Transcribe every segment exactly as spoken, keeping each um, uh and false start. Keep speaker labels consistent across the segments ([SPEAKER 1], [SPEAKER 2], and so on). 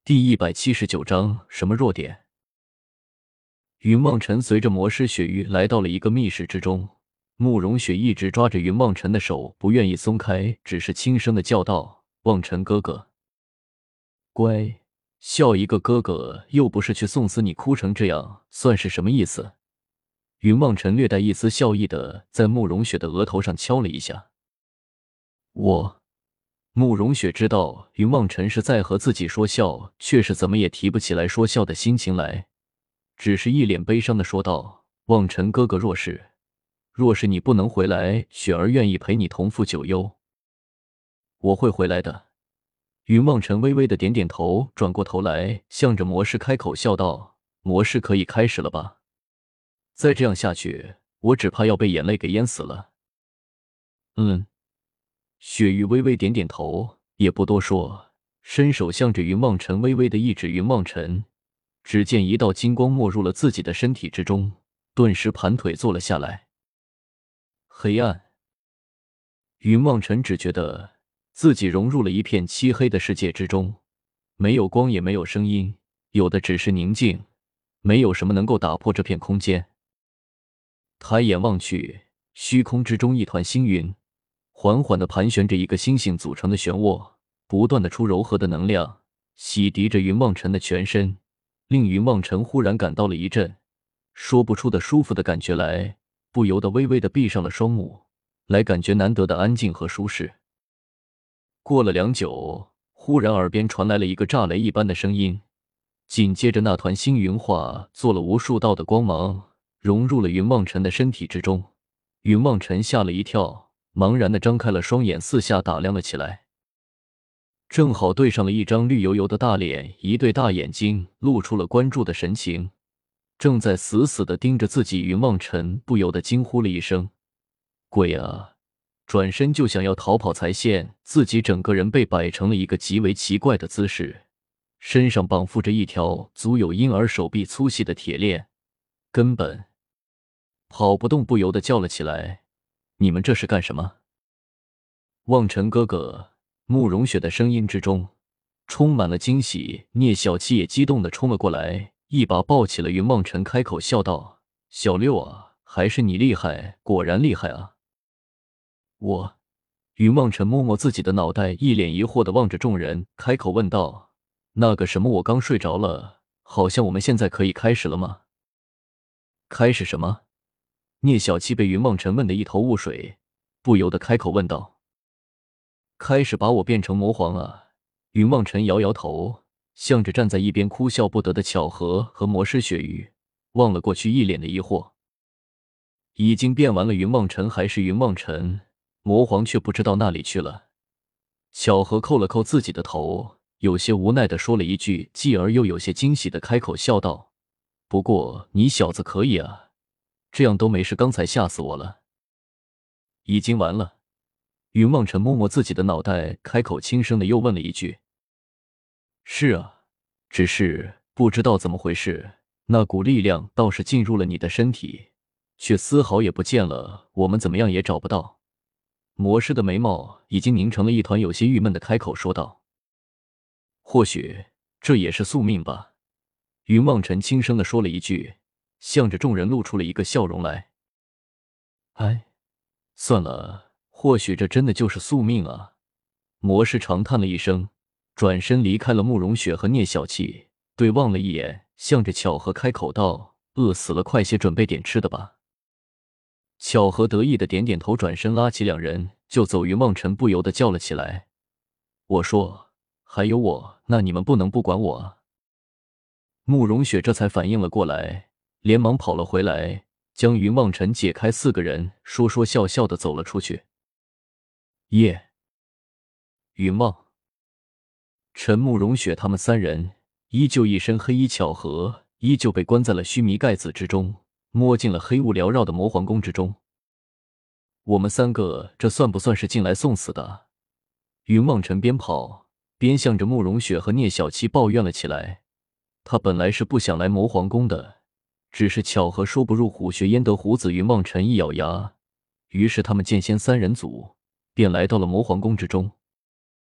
[SPEAKER 1] 第一百七十九章什么弱点？云望尘随着魔师雪域来到了一个密室之中，慕容雪一直抓着云望尘的手，不愿意松开，只是轻声的叫道：“望尘哥哥，乖，笑一个哥哥，又不是去送死你，哭成这样，算是什么意思？”云望尘略带一丝笑意的在慕容雪的额头上敲了一下。我。慕容雪知道云望尘是在和自己说笑，却是怎么也提不起来说笑的心情来，只是一脸悲伤的说道：“望尘哥哥，若是若是你不能回来，雪儿愿意陪你同赴九幽。”我会回来的。云望尘微微的点点头，转过头来向着魔师开口笑道：“魔师可以开始了吧？再这样下去，我只怕要被眼泪给淹死了。”嗯。雪域微微点点头，也不多说，伸手向着云望尘微微的一指。云望尘只见一道金光没入了自己的身体之中，顿时盘腿坐了下来。黑暗。云望尘只觉得自己融入了一片漆黑的世界之中，没有光也没有声音，有的只是宁静，没有什么能够打破这片空间。抬眼望去，虚空之中一团星云缓缓地盘旋着，一个星星组成的漩涡，不断地出柔和的能量，洗涤着云望尘的全身，令云望尘忽然感到了一阵说不出的舒服的感觉来，不由得微微地闭上了双目，来感觉难得的安静和舒适。过了良久，忽然耳边传来了一个炸雷一般的声音，紧接着那团星云化做了无数道的光芒，融入了云望尘的身体之中。云望尘吓了一跳，茫然地张开了双眼，四下打量了起来，正好对上了一张绿油油的大脸，一对大眼睛露出了关注的神情，正在死死地盯着自己。云望尘不由得惊呼了一声：“鬼啊！”转身就想要逃跑，才现自己整个人被摆成了一个极为奇怪的姿势，身上绑缚着一条足有婴儿手臂粗细的铁链，根本跑不动，不由得叫了起来：“你们这是干什么？”望尘哥哥，慕容雪的声音之中充满了惊喜。聂小七也激动地冲了过来，一把抱起了云望尘，开口笑道：“小六啊，还是你厉害，果然厉害啊！”我。云望尘摸摸自己的脑袋，一脸疑惑地望着众人，开口问道：“那个什么，我刚睡着了，好像我们现在可以开始了吗？”开始什么？聂小七被云望尘问得一头雾水，不由得开口问道：“开始把我变成魔皇啊！”云望尘摇摇头，向着站在一边哭笑不得的巧合和魔师雪域望了过去，一脸的疑惑。已经变完了，云望尘还是云望尘，魔皇却不知道哪里去了。巧合扣了扣自己的头，有些无奈地说了一句，继而又有些惊喜地开口笑道：“不过你小子可以啊，这样都没事，刚才吓死我了。”已经完了。云望尘摸摸自己的脑袋，开口轻声的又问了一句：“是啊，只是不知道怎么回事，那股力量倒是进入了你的身体，却丝毫也不见了，我们怎么样也找不到。”魔师的眉毛已经拧成了一团，有些郁闷的开口说道：“或许这也是宿命吧。”云望尘轻声的说了一句，向着众人露出了一个笑容来。“哎，算了，或许这真的就是宿命啊。”魔师长叹了一声，转身离开了慕容雪和聂小七，对望了一眼，向着巧合开口道：“饿死了，快些准备点吃的吧。”巧合得意的点点头，转身拉起两人就走。云望尘不由得叫了起来：“我说，还有我，那你们不能不管我啊！”慕容雪这才反应了过来，连忙跑了回来，将云望尘解开，四个人说说笑笑的走了出去。夜，云望、陈、慕容雪他们三人依旧一身黑衣，巧合依旧被关在了须弥盖子之中，摸进了黑雾缭绕的魔皇宫之中。我们三个这算不算是进来送死的？云望尘边跑边向着慕容雪和聂小七抱怨了起来。他本来是不想来魔皇宫的，只是巧合说不入虎穴焉得虎子。云望尘一咬牙，于是他们剑仙三人组便来到了魔皇宫之中。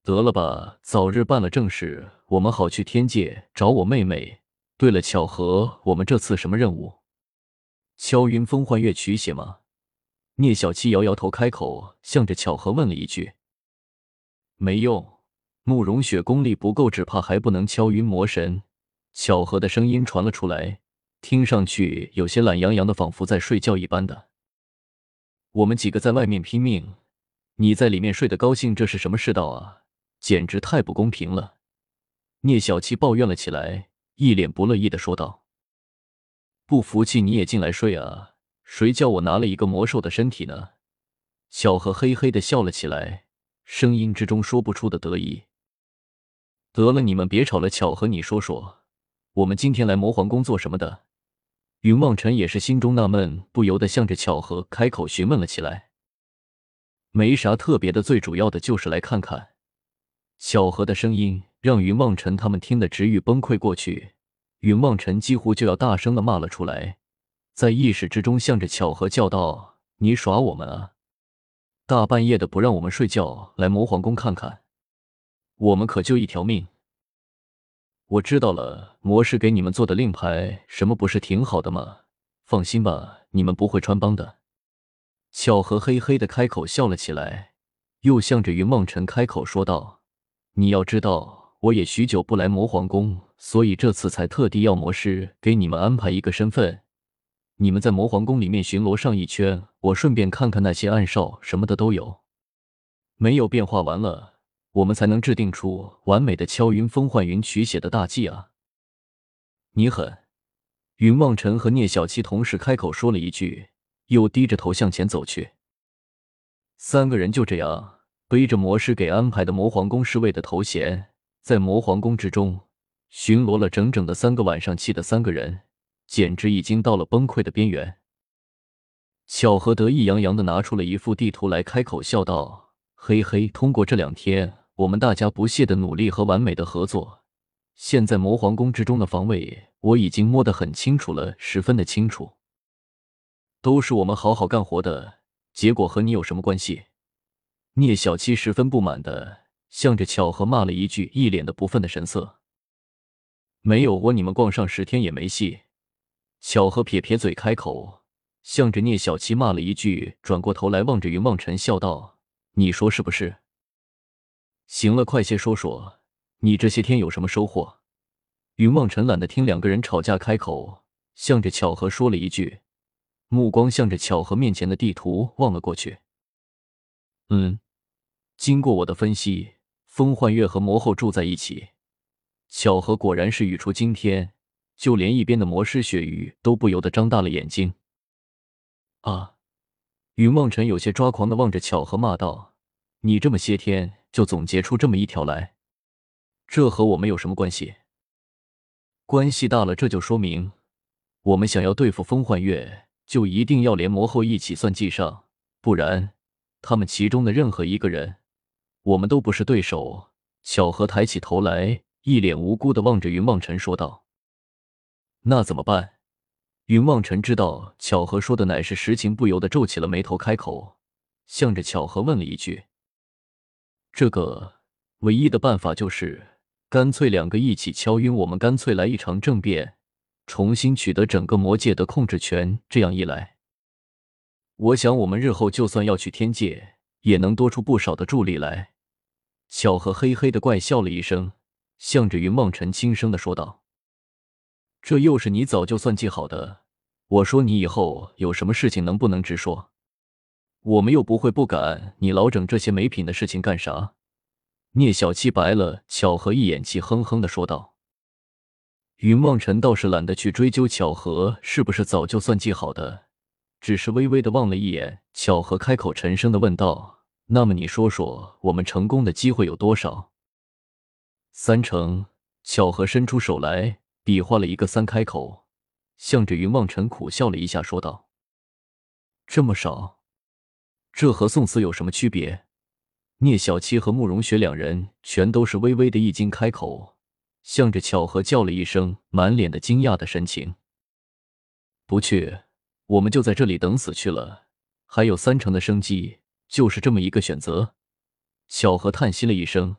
[SPEAKER 1] 得了吧，早日办了正事，我们好去天界找我妹妹。对了，巧合，我们这次什么任务？敲晕风幻月取血吗？聂小七摇摇头，开口向着巧合问了一句。没用，慕容雪功力不够，只怕还不能敲晕魔神。巧合的声音传了出来，听上去有些懒洋洋的，仿佛在睡觉一般的。我们几个在外面拼命，你在里面睡得高兴，这是什么世道啊？简直太不公平了！聂小七抱怨了起来，一脸不乐意的说道：“不服气你也进来睡啊，谁叫我拿了一个魔兽的身体呢？”巧合嘿嘿的笑了起来，声音之中说不出的得意。得了，你们别吵了，巧合，你说说，我们今天来魔皇宫做什么的？云望尘也是心中纳闷，不由得向着巧合开口询问了起来。没啥特别的，最主要的就是来看看。巧合的声音让云望尘他们听得直欲崩溃过去，云望尘几乎就要大声的骂了出来，在意识之中向着巧合叫道：“你耍我们啊！大半夜的不让我们睡觉，来魔皇宫看看，我们可就一条命。”我知道了，魔师给你们做的令牌什么不是挺好的吗？放心吧，你们不会穿帮的。巧合嘿嘿的开口笑了起来，又向着云梦辰开口说道：“你要知道，我也许久不来魔皇宫，所以这次才特地要魔师给你们安排一个身份。你们在魔皇宫里面巡逻上一圈，我顺便看看那些暗哨什么的都有，没有变化完了，我们才能制定出完美的敲云风幻云取血的大计啊！”你狠！云望尘和聂小七同时开口说了一句，又低着头向前走去。三个人就这样背着魔师给安排的魔皇宫侍卫的头衔，在魔皇宫之中巡逻了整整的三个晚上，气的三个人简直已经到了崩溃的边缘。巧合得意洋洋地拿出了一副地图来，开口笑道：“嘿嘿，通过这两天我们大家不懈的努力和完美的合作，现在魔皇宫之中的防卫我已经摸得很清楚了，十分的清楚。都是我们好好干活的，结果和你有什么关系？”聂小七十分不满的向着巧合骂了一句，一脸的不忿的神色。没有我你们逛上十天也没戏。巧合撇撇嘴开口，向着聂小七骂了一句，转过头来望着云望尘笑道：“你说是不是？行了，快些说说，你这些天有什么收获？”云望尘懒得听两个人吵架，开口向着巧合说了一句，目光向着巧合面前的地图望了过去。嗯，经过我的分析，风幻月和魔后住在一起。巧合果然是语出惊天，就连一边的魔师雪域都不由得张大了眼睛。啊！云望尘有些抓狂的望着巧合骂道：“你这么些天就总结出这么一条来，这和我们有什么关系？关系大了，这就说明我们想要对付风幻月，就一定要连魔后一起算计上，不然他们其中的任何一个人，我们都不是对手。”巧合抬起头来，一脸无辜的望着云望尘说道：“那怎么办？”云望尘知道巧合说的乃是实情，不由得皱起了眉头，开口向着巧合问了一句：“这个唯一的办法就是干脆两个一起敲晕，我们干脆来一场政变，重新取得整个魔界的控制权，这样一来，我想我们日后就算要去天界，也能多出不少的助力来。”巧合嘿嘿的怪笑了一声，向着云望尘轻声的说道：“这又是你早就算计好的，我说你以后有什么事情能不能直说？我们又不会不敢，你老整这些没品的事情干啥？”聂小七白了巧合一眼，气哼哼的说道。云望尘倒是懒得去追究巧合是不是早就算计好的，只是微微的望了一眼巧合，开口沉声的问道：“那么你说说，我们成功的机会有多少？”三成。巧合伸出手来，比划了一个三，开口，向着云望尘苦笑了一下，说道：“这么少？这和宋慈有什么区别？”聂小七和慕容雪两人全都是微微的一惊，开口，向着巧合叫了一声，满脸的惊讶的神情：“不去，我们就在这里等死去了，还有三成的生机，就是这么一个选择。”巧合叹息了一声，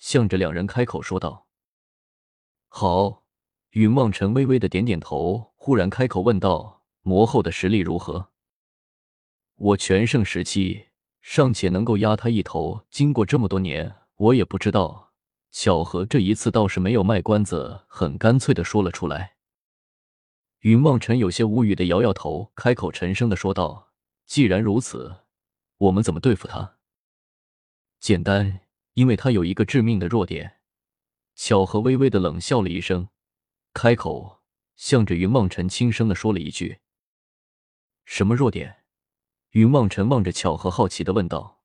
[SPEAKER 1] 向着两人开口说道：“好。”云望尘微微的点点头，忽然开口问道：“魔后的实力如何？”我全盛时期尚且能够压他一头，经过这么多年，我也不知道。巧合这一次倒是没有卖关子，很干脆的说了出来。云望尘有些无语的摇摇头，开口沉声的说道：“既然如此，我们怎么对付他？”简单，因为他有一个致命的弱点。巧合微微的冷笑了一声，开口向着云望尘轻声的说了一句：“什么弱点？”云望尘望着巧合好奇的问道。